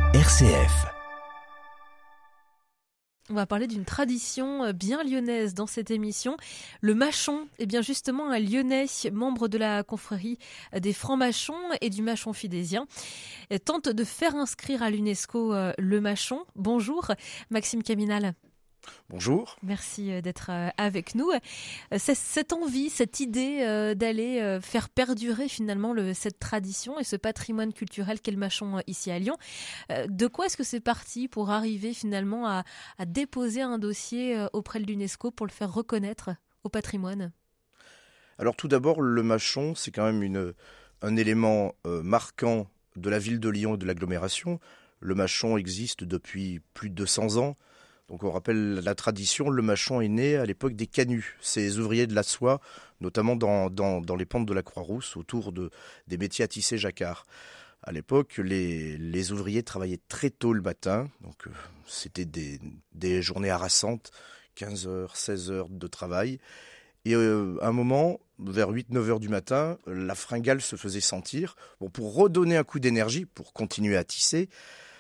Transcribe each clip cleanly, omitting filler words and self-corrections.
RCF. On va parler d'une tradition bien lyonnaise dans cette émission. Le mâchon, eh bien justement un Lyonnais, membre de la confrérie des francs-mâchons et du mâchon fidésien, tente de faire inscrire à l'UNESCO le mâchon. Bonjour Maxime Caminal. Bonjour. Merci d'être avec nous. Cette envie, cette idée d'aller faire perdurer finalement cette tradition et ce patrimoine culturel qu'est le mâchon ici à Lyon, de quoi est-ce que c'est parti pour arriver finalement à déposer un dossier auprès de l'UNESCO pour le faire reconnaître au patrimoine ? Alors tout d'abord, le mâchon, c'est quand même un élément marquant de la ville de Lyon et de l'agglomération. Le mâchon existe depuis plus de 200 ans. Donc on rappelle la tradition, le mâchon est né à l'époque des canuts, ces ouvriers de la soie, notamment dans les pentes de la Croix-Rousse, autour des métiers à tisser jacquard. À l'époque, les ouvriers travaillaient très tôt le matin, donc c'était des journées harassantes, 15 heures, 16 heures de travail. Et à un moment, vers 8-9 heures du matin, la fringale se faisait sentir. Bon, pour redonner un coup d'énergie, pour continuer à tisser,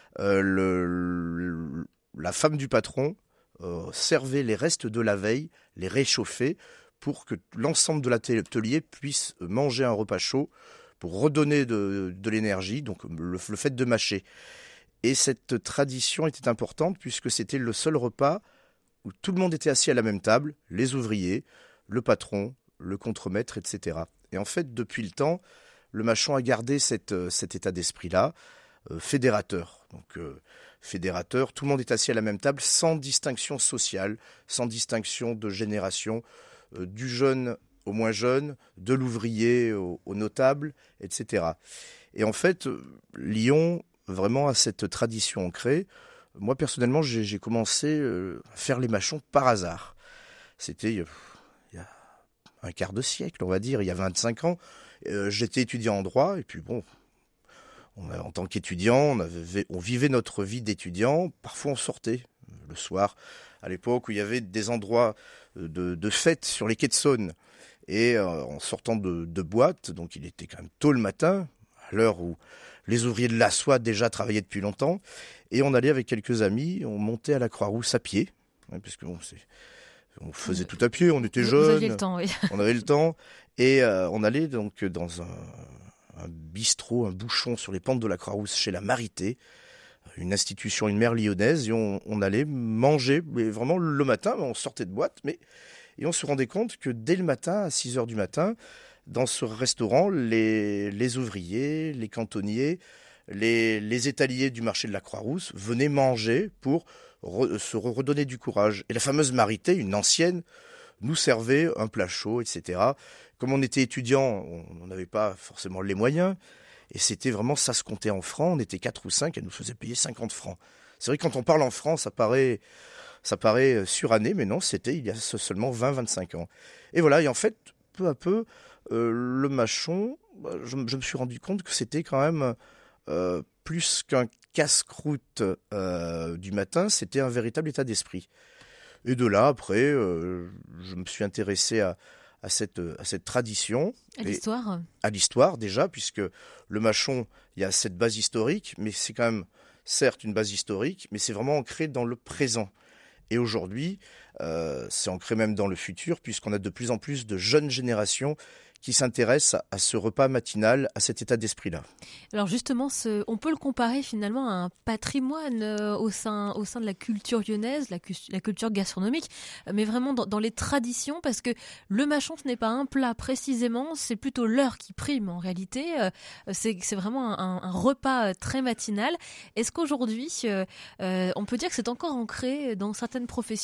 la femme du patron servait les restes de la veille, les réchauffait pour que l'ensemble de l'atelier puisse manger un repas chaud pour redonner de l'énergie, donc le fait de mâcher. Et cette tradition était importante puisque c'était le seul repas où tout le monde était assis à la même table, les ouvriers, le patron, le contremaître, etc. Et en fait, depuis le temps, le mâchon a gardé cet état d'esprit-là, fédérateur. Donc fédérateur, tout le monde est assis à la même table, sans distinction sociale, sans distinction de génération, du jeune au moins jeune, de l'ouvrier au notable, etc. Et en fait, Lyon, vraiment, a cette tradition ancrée. Moi, personnellement, j'ai commencé à faire les mâchons par hasard. C'était il y a un quart de siècle, on va dire, il y a 25 ans. J'étais étudiant en droit, et puis bon, en tant qu'étudiant, on vivait notre vie d'étudiant. Parfois, on sortait le soir, à l'époque où il y avait des endroits de fête sur les quais de Saône. Et en sortant de boîte, donc il était quand même tôt le matin, à l'heure où les ouvriers de la soie déjà travaillaient depuis longtemps. Et on allait avec quelques amis, on montait à la Croix-Rousse à pied, parce que on faisait tout à pied, on était jeunes. Vous aviez le temps, oui. On avait le temps. Et on allait donc dans un bistrot, un bouchon sur les pentes de la Croix-Rousse chez la Marité, une institution, une mère lyonnaise, et on allait manger, mais vraiment le matin, on sortait de boîte, et on se rendait compte que dès le matin, à 6 heures du matin, dans ce restaurant, les ouvriers, les cantonniers, les étaliers du marché de la Croix-Rousse venaient manger pour se redonner du courage. Et la fameuse Marité, une ancienne, nous servait un plat chaud, etc. Comme on était étudiants, on n'avait pas forcément les moyens. Et c'était vraiment, ça se comptait en francs. On était 4 ou 5, elle nous faisait payer 50 francs. C'est vrai que quand on parle en francs, ça paraît suranné, mais non, c'était il y a seulement 20-25 ans. Et voilà, et en fait, peu à peu, le mâchon, je me suis rendu compte que c'était quand même plus qu'un casse-croûte du matin, c'était un véritable état d'esprit. Et de là, après, je me suis intéressé à cette tradition. À l'histoire ? À l'histoire, déjà, puisque le mâchon, il y a cette base historique, mais c'est quand même, certes, une base historique, mais c'est vraiment ancré dans le présent. Et aujourd'hui, c'est ancré même dans le futur, puisqu'on a de plus en plus de jeunes générations qui s'intéressent à ce repas matinal, à cet état d'esprit-là. Alors justement, on peut le comparer finalement à un patrimoine au sein de la culture lyonnaise, la culture gastronomique, mais vraiment dans les traditions, parce que le mâchon, ce n'est pas un plat précisément, c'est plutôt l'heure qui prime en réalité. C'est vraiment un repas très matinal. Est-ce qu'aujourd'hui, on peut dire que c'est encore ancré dans certaines professions ?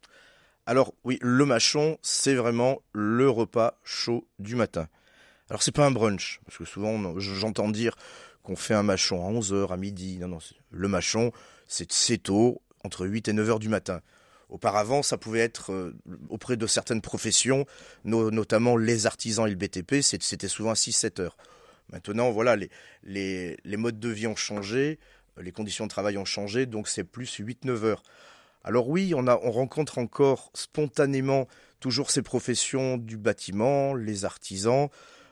Alors oui, le mâchon, c'est vraiment le repas chaud du matin. Alors c'est pas un brunch, parce que souvent j'entends dire qu'on fait un mâchon à 11h, à midi. Non, le mâchon, c'est tôt, entre 8 et 9 heures du matin. Auparavant, ça pouvait être auprès de certaines professions, notamment les artisans et le BTP, c'était souvent à 6-7 heures. Maintenant, voilà, les modes de vie ont changé, les conditions de travail ont changé, donc c'est plus 8-9 heures. Alors oui, on rencontre encore spontanément toujours ces professions du bâtiment, les artisans,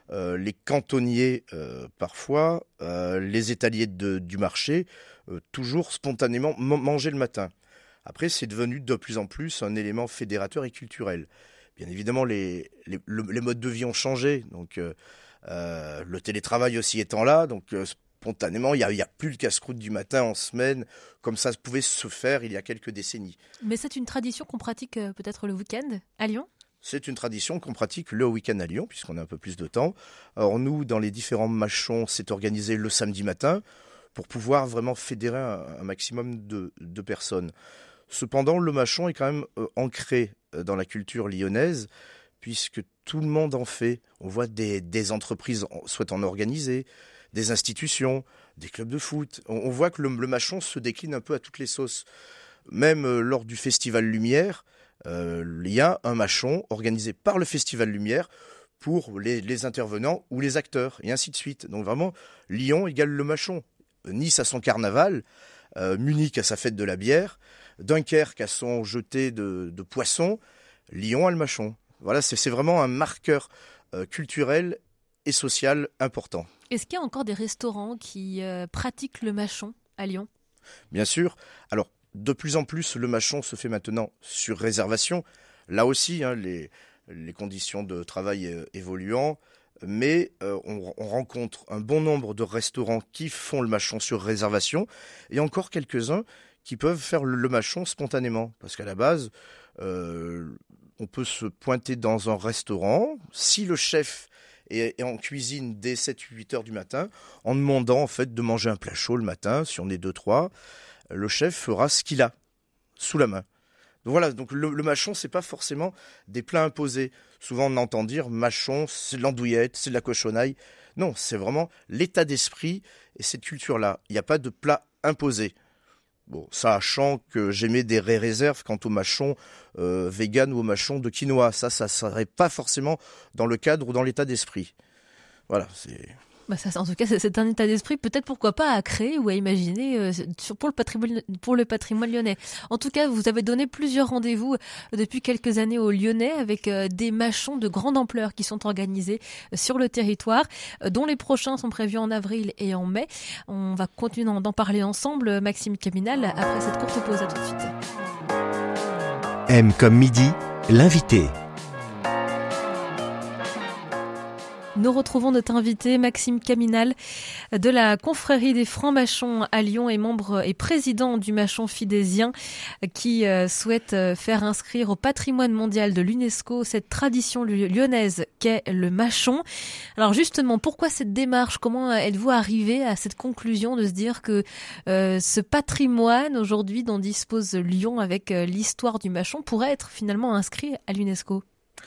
les cantonniers parfois, les étaliers du marché, toujours spontanément manger le matin. Après, c'est devenu de plus en plus un élément fédérateur et culturel. Bien évidemment, les modes de vie ont changé, donc le télétravail aussi étant là, donc spontanément, il y a plus le casse-croûte du matin en semaine, comme ça pouvait se faire il y a quelques décennies. Mais c'est une tradition qu'on pratique peut-être le week-end à Lyon ? C'est une tradition qu'on pratique le week-end à Lyon, puisqu'on a un peu plus de temps. Alors nous, dans les différents mâchons, c'est organisé le samedi matin, pour pouvoir vraiment fédérer un maximum de personnes. Cependant, le mâchon est quand même ancré dans la culture lyonnaise, puisque tout le monde en fait. On voit des entreprises souhaitent en organiser, des institutions, des clubs de foot. On voit que le mâchon se décline un peu à toutes les sauces. Même lors du Festival Lumière, il y a un mâchon organisé par le Festival Lumière pour les intervenants ou les acteurs, et ainsi de suite. Donc vraiment, Lyon égale le mâchon. Nice a son carnaval, Munich a sa fête de la bière, Dunkerque a son jeté de poissons, Lyon a le mâchon. Voilà, c'est vraiment un marqueur culturel et social important. Est-ce qu'il y a encore des restaurants qui pratiquent le mâchon à Lyon ? Bien sûr. Alors, de plus en plus, le mâchon se fait maintenant sur réservation. Là aussi, les conditions de travail évoluant, mais on rencontre un bon nombre de restaurants qui font le mâchon sur réservation, et encore quelques-uns qui peuvent faire le mâchon spontanément. Parce qu'à la base, on peut se pointer dans un restaurant, si le chef est en cuisine dès 7-8 heures du matin, en demandant en fait de manger un plat chaud le matin, si on est 2-3, le chef fera ce qu'il a sous la main. Donc voilà, donc le mâchon, c'est pas forcément des plats imposés. Souvent on entend dire mâchon, c'est de l'andouillette, c'est de la cochonaille. Non, c'est vraiment l'état d'esprit et cette culture-là. Il n'y a pas de plat imposé. Bon, sachant que j'émets des réserves quant au mâchon vegan ou au mâchon de quinoa. Ça serait pas forcément dans le cadre ou dans l'état d'esprit. Voilà, c'est... En tout cas, c'est un état d'esprit, peut-être pourquoi pas à créer ou à imaginer pour le patrimoine lyonnais. En tout cas, vous avez donné plusieurs rendez-vous depuis quelques années aux Lyonnais avec des mâchons de grande ampleur qui sont organisés sur le territoire, dont les prochains sont prévus en avril et en mai. On va continuer d'en parler ensemble, Maxime Caminal, après cette courte pause. À tout de suite. M comme midi, l'invité. Nous retrouvons notre invité Maxime Caminal de la confrérie des francs-mâchons à Lyon et membre et président du mâchon fidésien qui souhaite faire inscrire au patrimoine mondial de l'UNESCO cette tradition lyonnaise qu'est le mâchon. Alors justement, pourquoi cette démarche ? Comment êtes-vous arrivé à cette conclusion de se dire que ce patrimoine aujourd'hui dont dispose Lyon avec l'histoire du mâchon pourrait être finalement inscrit à l'UNESCO ?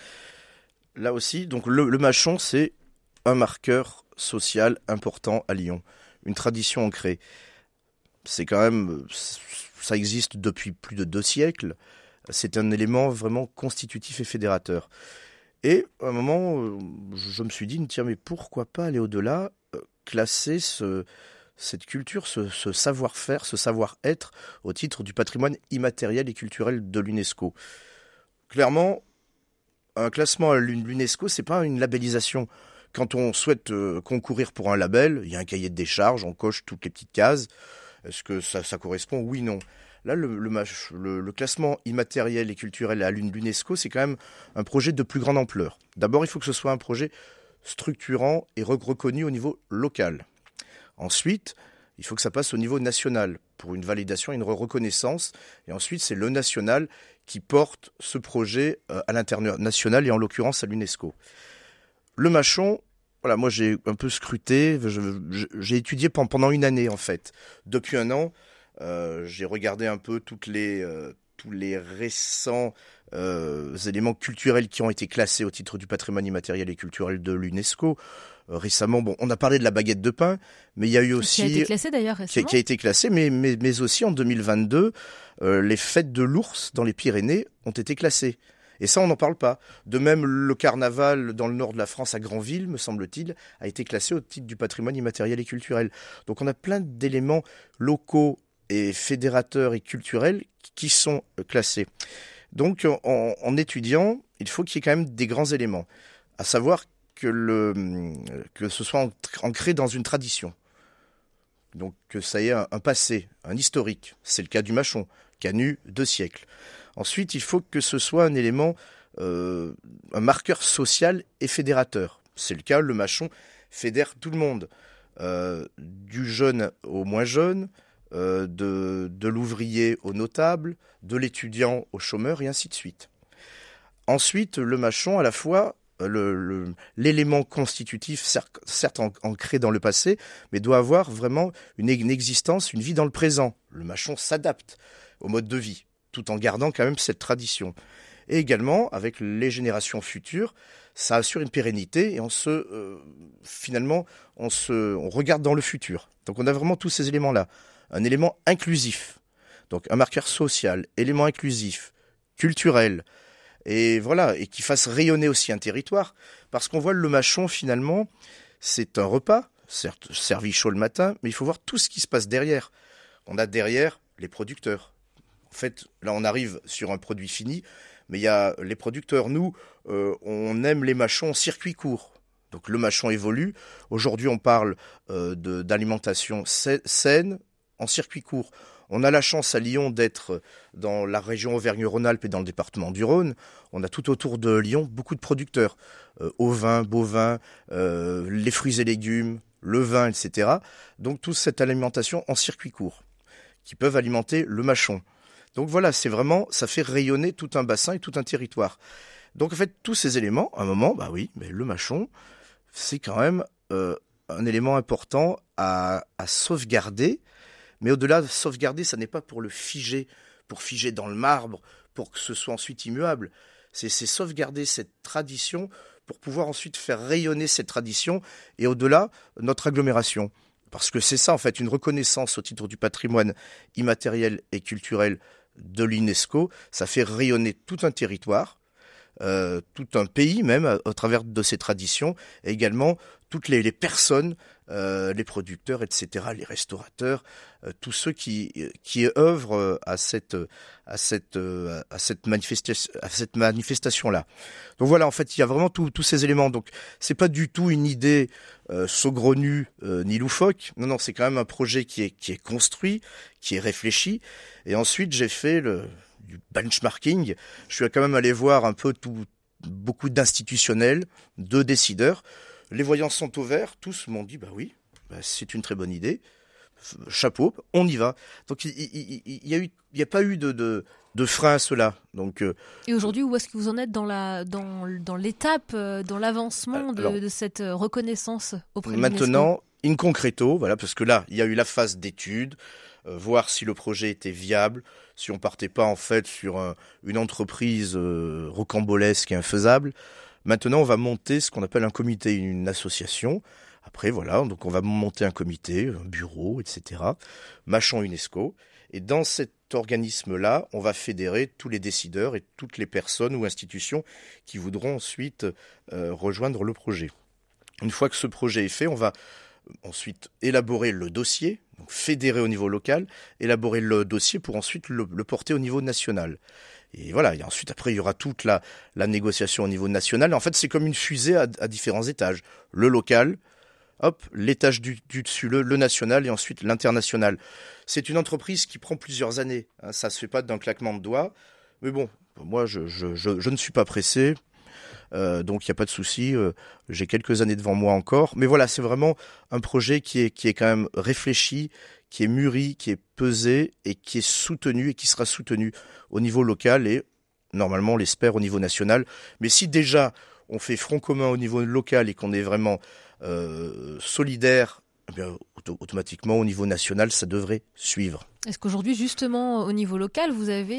Là aussi, donc le mâchon, c'est un marqueur social important à Lyon, une tradition ancrée. C'est quand même, ça existe depuis plus de 2 siècles. C'est un élément vraiment constitutif et fédérateur. Et à un moment, je me suis dit, tiens, mais pourquoi pas aller au-delà, classer cette culture, ce savoir-faire, ce savoir-être au titre du patrimoine immatériel et culturel de l'UNESCO. Clairement, un classement à l'UNESCO, c'est pas une labellisation. Quand on souhaite concourir pour un label, il y a un cahier de décharge, on coche toutes les petites cases. Est-ce que ça correspond ? Oui, non. Là, le classement immatériel et culturel à l'UNESCO, c'est quand même un projet de plus grande ampleur. D'abord, il faut que ce soit un projet structurant et reconnu au niveau local. Ensuite, il faut que ça passe au niveau national pour une validation et une reconnaissance. Et ensuite, c'est le national qui porte ce projet à l'international et en l'occurrence à l'UNESCO. Le mâchon, voilà, moi j'ai un peu scruté, j'ai étudié pendant une année en fait. Depuis un an, j'ai regardé un peu tous les récents éléments culturels qui ont été classés au titre du patrimoine immatériel et culturel de l'UNESCO. Récemment, on a parlé de la baguette de pain, mais il y a eu aussi... Qui a été classé d'ailleurs récemment. Qui a été classé, mais aussi en 2022, les fêtes de l'ours dans les Pyrénées ont été classées. Et ça, on n'en parle pas. De même, le carnaval dans le nord de la France, à Granville, me semble-t-il, a été classé au titre du patrimoine immatériel et culturel. Donc on a plein d'éléments locaux et fédérateurs et culturels qui sont classés. Donc en étudiant, il faut qu'il y ait quand même des grands éléments. À savoir, que ce soit ancré dans une tradition. Donc que ça ait un passé, un historique. C'est le cas du Mâchon, connu 2 siècles. Ensuite, il faut que ce soit un élément, un marqueur social et fédérateur. C'est le cas, le Mâchon fédère tout le monde, du jeune au moins jeune, de l'ouvrier au notable, de l'étudiant au chômeur, et ainsi de suite. Ensuite, le Mâchon, à la fois, l'élément constitutif, certes ancré dans le passé, mais doit avoir vraiment une existence, une vie dans le présent. Le Mâchon s'adapte au mode de vie, tout en gardant quand même cette tradition. Et également, avec les générations futures, ça assure une pérennité et on regarde dans le futur. Donc on a vraiment tous ces éléments-là. Un élément inclusif, donc un marqueur social, élément inclusif, culturel, et voilà, et qui fasse rayonner aussi un territoire, parce qu'on voit le Mâchon finalement, c'est un repas, certes servi chaud le matin, mais il faut voir tout ce qui se passe derrière. On a derrière les producteurs. En fait, là on arrive sur un produit fini, mais il y a les producteurs. Nous, on aime les Mâchons en circuit court. Donc le Mâchon évolue. Aujourd'hui, on parle d'alimentation saine en circuit court. On a la chance à Lyon d'être dans la région Auvergne-Rhône-Alpes et dans le département du Rhône. On a tout autour de Lyon beaucoup de producteurs. Ovins, bovins, les fruits et légumes, le vin, etc. Donc toute cette alimentation en circuit court qui peuvent alimenter le Mâchon. Donc voilà, c'est vraiment, ça fait rayonner tout un bassin et tout un territoire. Donc en fait, tous ces éléments, à un moment, bah oui, mais le Mâchon, c'est quand même un élément important à sauvegarder. Mais au-delà de sauvegarder, ça n'est pas pour le figer, pour figer dans le marbre, pour que ce soit ensuite immuable. C'est sauvegarder cette tradition pour pouvoir ensuite faire rayonner cette tradition et au-delà, notre agglomération. Parce que c'est ça, en fait, une reconnaissance au titre du patrimoine immatériel et culturel de l'UNESCO. Ça fait rayonner tout un territoire, tout un pays même, au travers de ces traditions, et également toutes les personnes, les producteurs, etc., les restaurateurs, tous ceux qui œuvrent à cette manifestation-là. Donc voilà, en fait, il y a vraiment tous ces éléments. Donc c'est pas du tout une idée saugrenue ni loufoque. Non, c'est quand même un projet qui est construit, qui est réfléchi. Et ensuite, j'ai fait du benchmarking. Je suis quand même allé voir un peu beaucoup d'institutionnels, de décideurs. Les voyants sont au vert, tous m'ont dit, bah oui, c'est une très bonne idée, chapeau, on y va. Donc il y a pas eu de frein à cela. Donc, et aujourd'hui, où est-ce que vous en êtes dans l'étape, dans l'avancement de cette reconnaissance auprès de l'UNESCO ? Maintenant, in concreto, voilà, parce que là, il y a eu la phase d'étude, voir si le projet était viable, si on partait pas en fait sur une entreprise rocambolesque et infaisable. Maintenant, on va monter ce qu'on appelle un comité, une association. Après, voilà, donc on va monter un comité, un bureau, etc. Mâchon UNESCO. Et dans cet organisme-là, on va fédérer tous les décideurs et toutes les personnes ou institutions qui voudront ensuite rejoindre le projet. Une fois que ce projet est fait, on va ensuite élaborer le dossier, donc fédérer au niveau local, élaborer le dossier pour ensuite le porter au niveau national. Et voilà, et ensuite après il y aura toute la négociation au niveau national. En fait, c'est comme une fusée à différents étages. Le local, hop, l'étage du dessus, le national et ensuite l'international. C'est une entreprise qui prend plusieurs années. Hein, ça se fait pas d'un claquement de doigts. Mais bon, moi je ne suis pas pressé. Donc il n'y a pas de souci, j'ai quelques années devant moi encore. Mais voilà, c'est vraiment un projet qui est quand même réfléchi, qui est mûri, qui est pesé et qui est soutenu et qui sera soutenu au niveau local et normalement on l'espère au niveau national. Mais si déjà on fait front commun au niveau local et qu'on est vraiment solidaire, eh bien, automatiquement au niveau national ça devrait suivre. Est-ce qu'aujourd'hui, justement, au niveau local,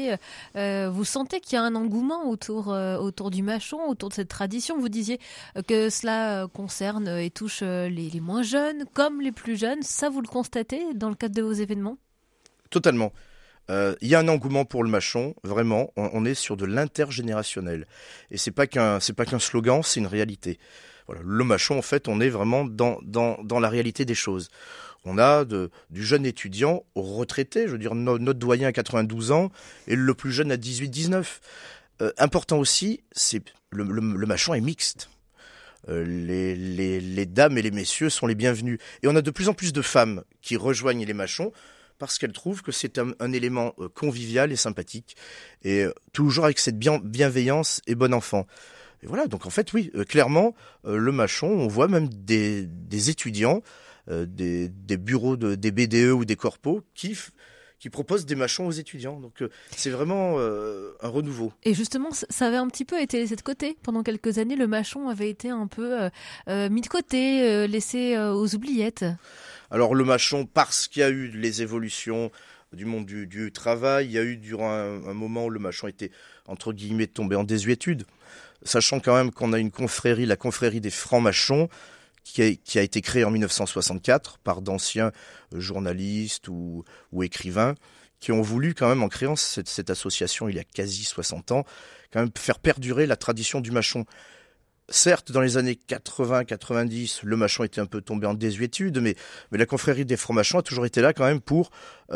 vous sentez qu'il y a un engouement autour du Mâchon, autour de cette tradition ? Vous disiez que cela concerne et touche les moins jeunes comme les plus jeunes. Ça, vous le constatez dans le cadre de vos événements ? Totalement. Il y a un engouement pour le Mâchon, vraiment. On est sur de l'intergénérationnel. Et c'est pas qu'un slogan, c'est une réalité. Voilà, le Mâchon, en fait, on est vraiment dans la réalité des choses. On a du jeune étudiant au retraité, je veux dire notre doyen à 92 ans et le plus jeune à 18-19. Important aussi, c'est le Mâchon est mixte. les dames et les messieurs sont les bienvenus. Et on a de plus en plus de femmes qui rejoignent les mâchons parce qu'elles trouvent que c'est un élément convivial et sympathique, et toujours avec cette bienveillance et bon enfant. Et voilà, donc en fait, oui, clairement, le mâchon, on voit même des étudiants, des bureaux des BDE ou des corpos qui proposent des mâchons aux étudiants. Donc c'est vraiment un renouveau. Et justement, ça avait un petit peu été laissé de côté. Pendant quelques années, le mâchon avait été un peu mis de côté, laissé aux oubliettes. Alors le mâchon, parce qu'il y a eu les évolutions du monde du travail, il y a eu durant un moment où le mâchon était, entre guillemets, tombé en désuétude. Sachant quand même qu'on a une confrérie, la confrérie des francs-mâchons, qui a été créée en 1964 par d'anciens journalistes ou écrivains qui ont voulu quand même, en créant cette association il y a quasi 60 ans, quand même faire perdurer la tradition du mâchon. Certes, dans les années 80-90, le mâchon était un peu tombé en désuétude, mais la confrérie des francs-mâchons a toujours été là quand même pour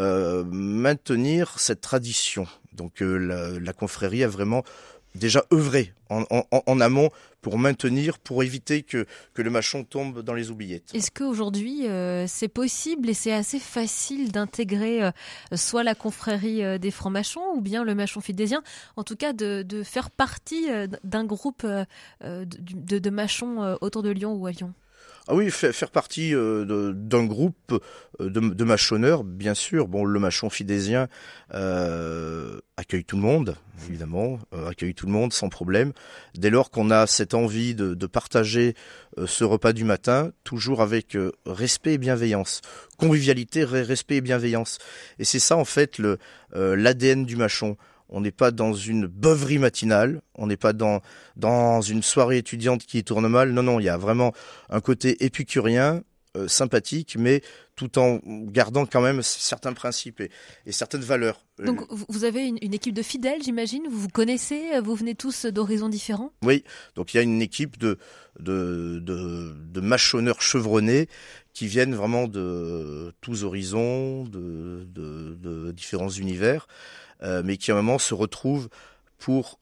maintenir cette tradition. Donc la confrérie a vraiment déjà œuvré en amont pour maintenir, pour éviter que le mâchon tombe dans les oubliettes. Est-ce qu'aujourd'hui, c'est possible et c'est assez facile d'intégrer soit la confrérie des francs-machons ou bien le mâchon fidésien, en tout cas de faire partie d'un groupe de mâchons autour de Lyon ou à Lyon ? Ah oui, faire partie d'un groupe de mâchonneurs, bien sûr. Bon, le mâchon fidésien accueille tout le monde, évidemment, accueille tout le monde sans problème. Dès lors qu'on a cette envie de partager ce repas du matin, toujours avec respect et bienveillance. Convivialité, respect et bienveillance. Et c'est ça, en fait, l'ADN du mâchon. On n'est pas dans une beuverie matinale, on n'est pas dans une soirée étudiante qui tourne mal. Non, il y a vraiment un côté épicurien, sympathique, mais tout en gardant quand même certains principes et certaines valeurs. Donc vous avez une équipe de fidèles, j'imagine, vous vous connaissez, vous venez tous d'horizons différents ? Oui, donc il y a une équipe de mâchonneurs chevronnés qui viennent vraiment de tous horizons, de différents univers. Mais qui à un moment se retrouvent pour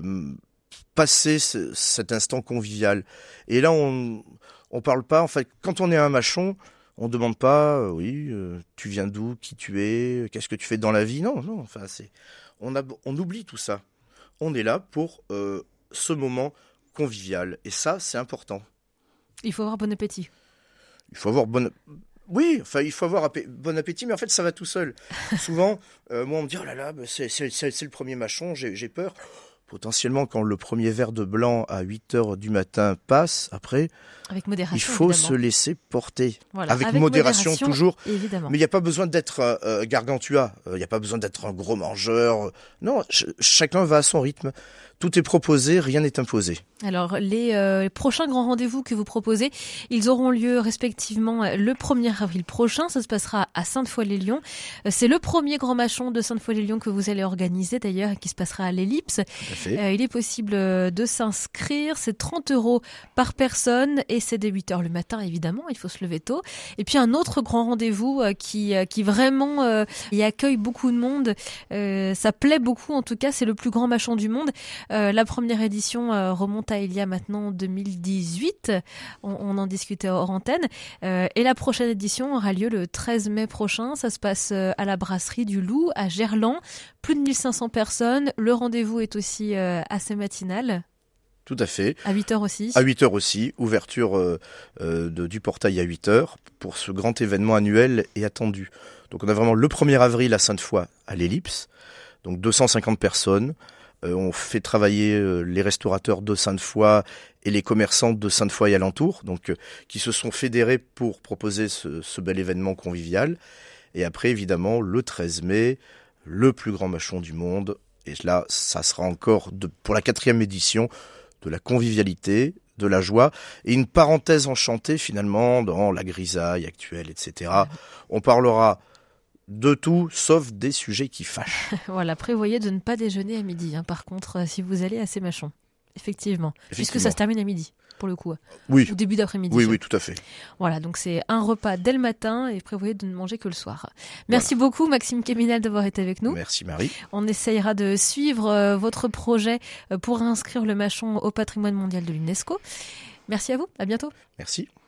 passer cet instant convivial. Et là, on parle pas, en fait, quand on est un mâchon, on demande pas, tu viens d'où, qui tu es, qu'est-ce que tu fais dans la vie. Non, enfin, on oublie tout ça. On est là pour ce moment convivial. Et ça, c'est important. Il faut avoir bon appétit. Oui, enfin, il faut avoir bon appétit, mais en fait, ça va tout seul. Souvent, moi, on me dit, oh là là, c'est le premier mâchon, j'ai peur. Potentiellement, quand le premier verre de blanc à 8h du matin passe, après, avec modération, il faut évidemment se laisser porter. Voilà, avec modération toujours. Évidemment. Mais il n'y a pas besoin d'être gargantua, il n'y a pas besoin d'être un gros mangeur. Non, chacun va à son rythme. Tout est proposé, rien n'est imposé. Alors, les prochains grands rendez-vous que vous proposez, ils auront lieu respectivement le 1er avril prochain. Ça se passera à Sainte-Foy-les-Lyons. C'est le premier grand mâchon de Sainte-Foy-les-Lyons que vous allez organiser d'ailleurs, qui se passera à l'Ellipse. Il est possible de s'inscrire. C'est 30 € par personne et c'est dès 8h le matin, évidemment. Il faut se lever tôt. Et puis un autre grand rendez-vous qui vraiment y accueille beaucoup de monde. Ça plaît beaucoup en tout cas. C'est le plus grand mâchon du monde. La première édition remonte à il y a maintenant 2018. On en discutait hors antenne. Et la prochaine édition aura lieu le 13 mai prochain. Ça se passe à la brasserie du Loup, à Gerland. Plus de 1500 personnes. Le rendez-vous est aussi assez matinal. Tout à fait. À 8h aussi. À 8h aussi. Ouverture du portail à 8h pour ce grand événement annuel et attendu. Donc on a vraiment le 1er avril à Sainte-Foy à l'Ellipse. Donc 250 personnes. On fait travailler les restaurateurs de Sainte-Foy et les commerçants de Sainte-Foy et alentour, donc qui se sont fédérés pour proposer ce bel événement convivial. Et après, évidemment, le 13 mai, le plus grand mâchon du monde. Et là, ça sera encore, pour la 4e édition, de la convivialité, de la joie, et une parenthèse enchantée finalement dans la grisaille actuelle, etc. On parlera de tout, sauf des sujets qui fâchent. Voilà, prévoyez de ne pas déjeuner à midi, par contre, si vous allez à ces mâchons. Effectivement. Puisque ça se termine à midi, pour le coup. Oui. Au début d'après-midi. Oui, tout à fait. Voilà, donc c'est un repas dès le matin et prévoyez de ne manger que le soir. Merci beaucoup, Maxime Kéminal, d'avoir été avec nous. Merci, Marie. On essayera de suivre votre projet pour inscrire le mâchon au patrimoine mondial de l'UNESCO. Merci à vous, à bientôt. Merci.